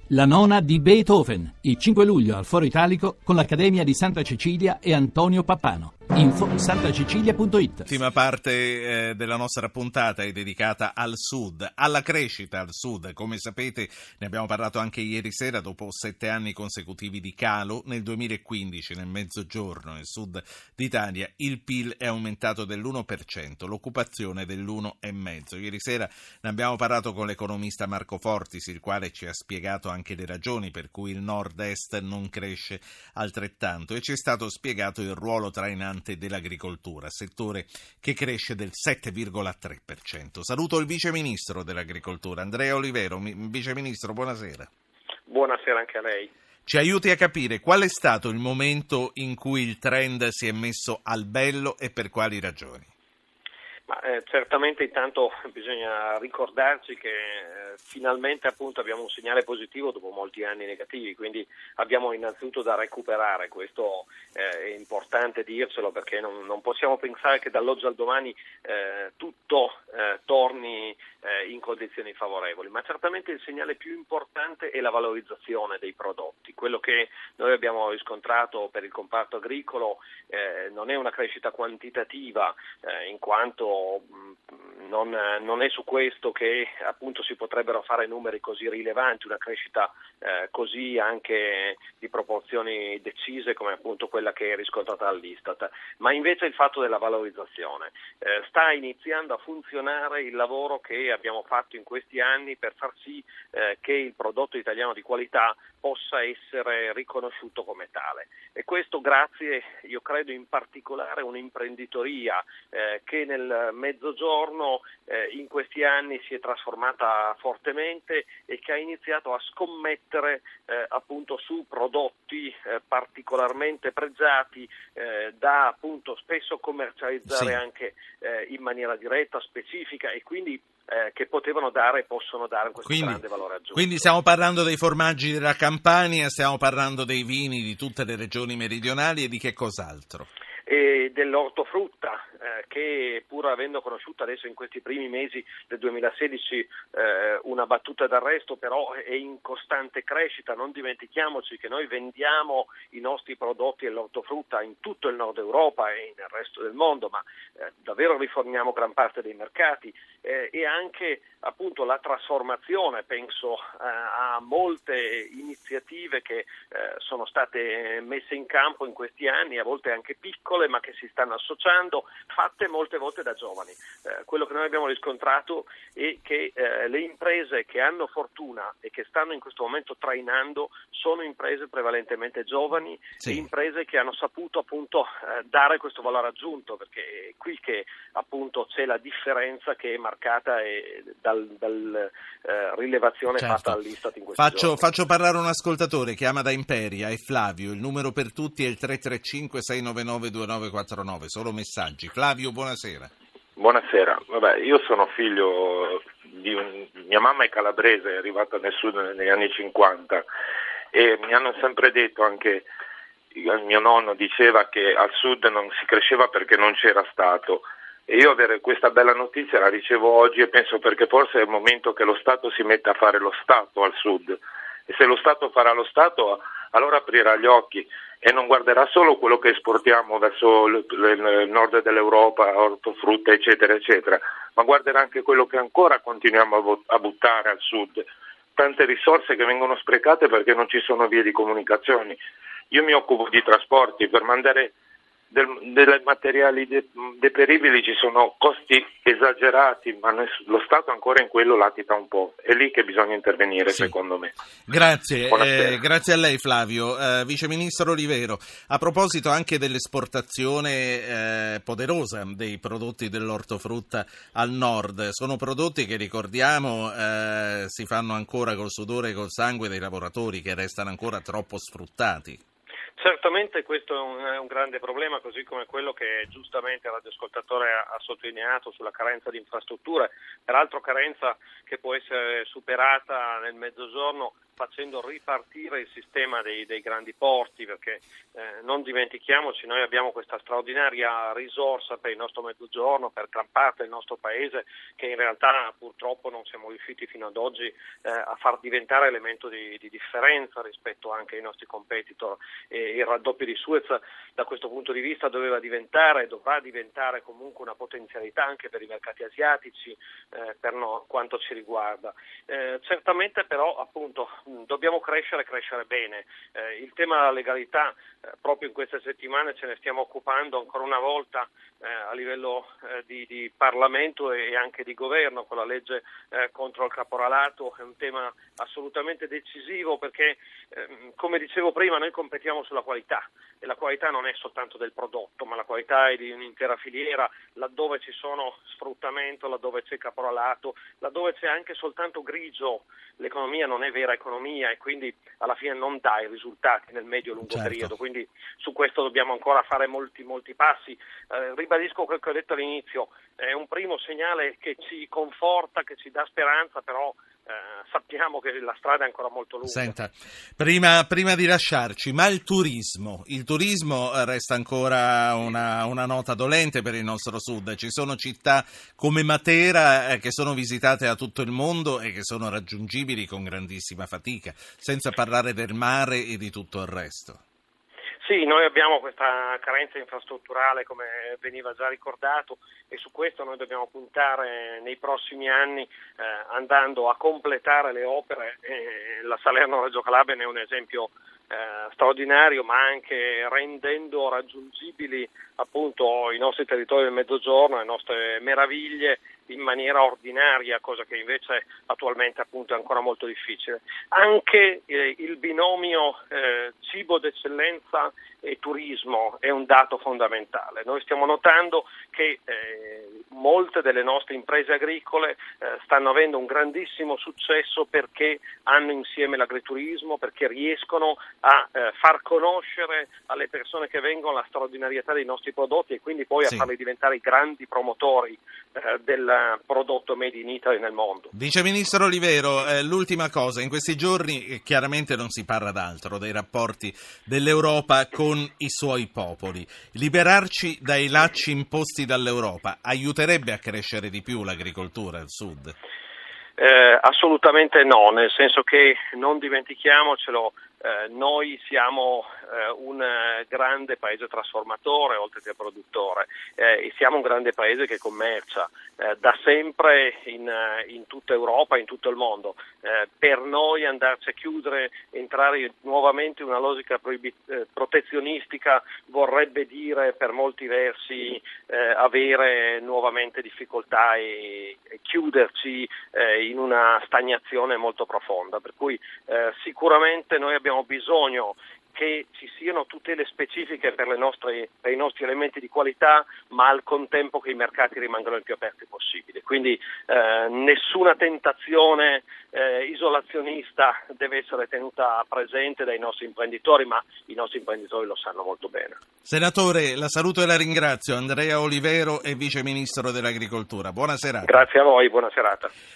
La nona di Beethoven, il 5 luglio al Foro Italico con l'Accademia di Santa Cecilia e Antonio Pappano. Info santacecilia.it. L'ultima parte della nostra puntata è dedicata al sud, alla crescita al sud. Come sapete, ne abbiamo parlato anche ieri sera, dopo 7 anni consecutivi di calo. Nel 2015, nel mezzogiorno, nel sud d'Italia, il PIL è aumentato dell'1%, l'occupazione dell'1,5%. Ieri sera ne abbiamo parlato con l'economista Marco Fortis, il quale ci ha spiegato anche le ragioni per cui il nord-est non cresce altrettanto, e ci è stato spiegato il ruolo trainante dell'agricoltura, settore che cresce del 7,3%. Saluto il Vice Ministro dell'Agricoltura, Andrea Olivero. Vice Ministro, buonasera. Buonasera anche a lei. Ci aiuti a capire qual è stato il momento in cui il trend si è messo al bello e per quali ragioni? Certamente intanto bisogna ricordarci che finalmente appunto abbiamo un segnale positivo dopo molti anni negativi, quindi abbiamo innanzitutto da recuperare. Questo è importante dircelo, perché non possiamo pensare che dall'oggi al domani tutto torni in condizioni favorevoli, ma certamente il segnale più importante è la valorizzazione dei prodotti. Quello che noi abbiamo riscontrato per il comparto agricolo non è una crescita quantitativa, in quanto non è su questo che appunto si potrebbero fare numeri così rilevanti, una crescita così anche di proporzioni decise come appunto quella che è riscontrata dall'Istat, ma invece il fatto della valorizzazione. Sta iniziando a funzionare il lavoro che abbiamo fatto in questi anni per far sì che il prodotto italiano di qualità possa essere riconosciuto come tale, e questo grazie, io credo, in particolare a un'imprenditoria che nel Mezzogiorno in questi anni si è trasformata fortemente e che ha iniziato a scommettere appunto su prodotti particolarmente pregiati da appunto spesso commercializzare anche in maniera diretta, specifica, e quindi che potevano dare e possono dare questo grande valore aggiunto. Quindi stiamo parlando dei formaggi della Campania, stiamo parlando dei vini di tutte le regioni meridionali e di che cos'altro? E dell'ortofrutta, che pur avendo conosciuto adesso in questi primi mesi del 2016 una battuta d'arresto, però è in costante crescita. Non dimentichiamoci che noi vendiamo i nostri prodotti dell'ortofrutta in tutto il nord Europa e nel resto del mondo, ma davvero riforniamo gran parte dei mercati, e anche appunto la trasformazione. Penso a molte iniziative che sono state messe in campo in questi anni, a volte anche piccole, ma che si stanno associando, fatte molte volte da giovani. Quello che noi abbiamo riscontrato è che le imprese che hanno fortuna e che stanno in questo momento trainando sono imprese prevalentemente giovani, e imprese che hanno saputo appunto dare questo valore aggiunto, perché è qui che appunto c'è la differenza che è marcata dal rilevazione fatta dall'Istat in questi giorni. Faccio parlare un ascoltatore, chiama da Imperia, è Flavio. Il numero per tutti è il 335 699 2949, solo messaggi. Flavio, buonasera. Buonasera. Io sono figlio mia mamma è calabrese, è arrivata nel sud negli anni 50, e mi hanno sempre detto, anche mio nonno diceva, che al sud non si cresceva perché non c'era Stato. E io avere questa bella notizia la ricevo oggi, e penso perché forse è il momento che lo Stato si metta a fare lo Stato al sud, e se lo Stato farà lo Stato allora aprirà gli occhi e non guarderà solo quello che esportiamo verso il nord dell'Europa, ortofrutta eccetera eccetera, ma guarderà anche quello che ancora continuiamo a buttare al sud, tante risorse che vengono sprecate perché non ci sono vie di comunicazione. Io mi occupo di trasporti, per mandare dei materiali deperibili ci sono costi esagerati, ma lo Stato ancora in quello latita un po'. È lì che bisogna intervenire, secondo me. Grazie, grazie a lei Flavio. Vice Ministro Olivero, a proposito anche dell'esportazione poderosa dei prodotti dell'ortofrutta al nord, sono prodotti che, ricordiamo, si fanno ancora col sudore e col sangue dei lavoratori, che restano ancora troppo sfruttati. Certamente questo è un grande problema, così come quello che giustamente il radioascoltatore ha sottolineato sulla carenza di infrastrutture, peraltro carenza che può essere superata nel Mezzogiorno facendo ripartire il sistema dei grandi porti, perché non dimentichiamoci, noi abbiamo questa straordinaria risorsa per il nostro mezzogiorno, per gran parte del nostro paese, che in realtà purtroppo non siamo riusciti fino ad oggi a far diventare elemento di differenza rispetto anche ai nostri competitor. E il raddoppio di Suez da questo punto di vista dovrà diventare comunque una potenzialità anche per i mercati asiatici, quanto ci riguarda. Certamente però appunto dobbiamo crescere bene. Il tema della legalità, proprio in queste settimane ce ne stiamo occupando ancora una volta a livello di Parlamento e anche di governo con la legge contro il caporalato. È un tema assolutamente decisivo perché come dicevo prima noi competiamo sulla qualità, e la qualità non è soltanto del prodotto, ma la qualità è di un'intera filiera. Laddove ci sono sfruttamento, laddove c'è caporalato, laddove c'è anche soltanto grigio, l'economia non è vera economia e quindi alla fine non dà i risultati nel medio-lungo periodo. Quindi su questo dobbiamo ancora fare molti passi. Ribadisco quel che ho detto all'inizio, è un primo segnale che ci conforta, che ci dà speranza, però sappiamo che la strada è ancora molto lunga. Senta, prima di lasciarci, ma il turismo resta ancora una nota dolente per il nostro sud. Ci sono città come Matera che sono visitate da tutto il mondo e che sono raggiungibili con grandissima fatica, senza parlare del mare e di tutto il resto. Sì, noi abbiamo questa carenza infrastrutturale, come veniva già ricordato, e su questo noi dobbiamo puntare nei prossimi anni andando a completare le opere. La Salerno-Reggio Calabria ne è un esempio straordinario, ma anche rendendo raggiungibili appunto i nostri territori del Mezzogiorno, le nostre meraviglie in maniera ordinaria, cosa che invece attualmente appunto è ancora molto difficile. Anche il binomio cibo d'eccellenza e turismo è un dato fondamentale. Noi stiamo notando che molte delle nostre imprese agricole stanno avendo un grandissimo successo perché hanno insieme l'agriturismo, perché riescono a far conoscere alle persone che vengono la straordinarietà dei nostri prodotti e quindi poi a farli diventare i grandi promotori del prodotto made in Italy nel mondo. Vice Ministro Olivero, l'ultima cosa, in questi giorni chiaramente non si parla d'altro, dei rapporti dell'Europa con i suoi popoli. Liberarci dai lacci imposti dall'Europa aiuterebbe a crescere di più l'agricoltura al sud? Assolutamente no, nel senso che non dimentichiamocelo, noi siamo un grande paese trasformatore oltre che produttore e siamo un grande paese che commercia da sempre in tutta Europa, in tutto il mondo. Per noi andarci a chiudere, entrare nuovamente in una logica protezionistica vorrebbe dire per molti versi avere nuovamente difficoltà e chiuderci in una stagnazione molto profonda, per cui sicuramente noi abbiamo bisogno che ci siano tutele specifiche per i nostri elementi di qualità, ma al contempo che i mercati rimangano il più aperti possibile. Quindi nessuna tentazione isolazionista deve essere tenuta presente dai nostri imprenditori, ma i nostri imprenditori lo sanno molto bene. Senatore, la saluto e la ringrazio. Andrea Olivero è Vice Ministro dell'Agricoltura. Buona serata. Grazie a voi, buona serata.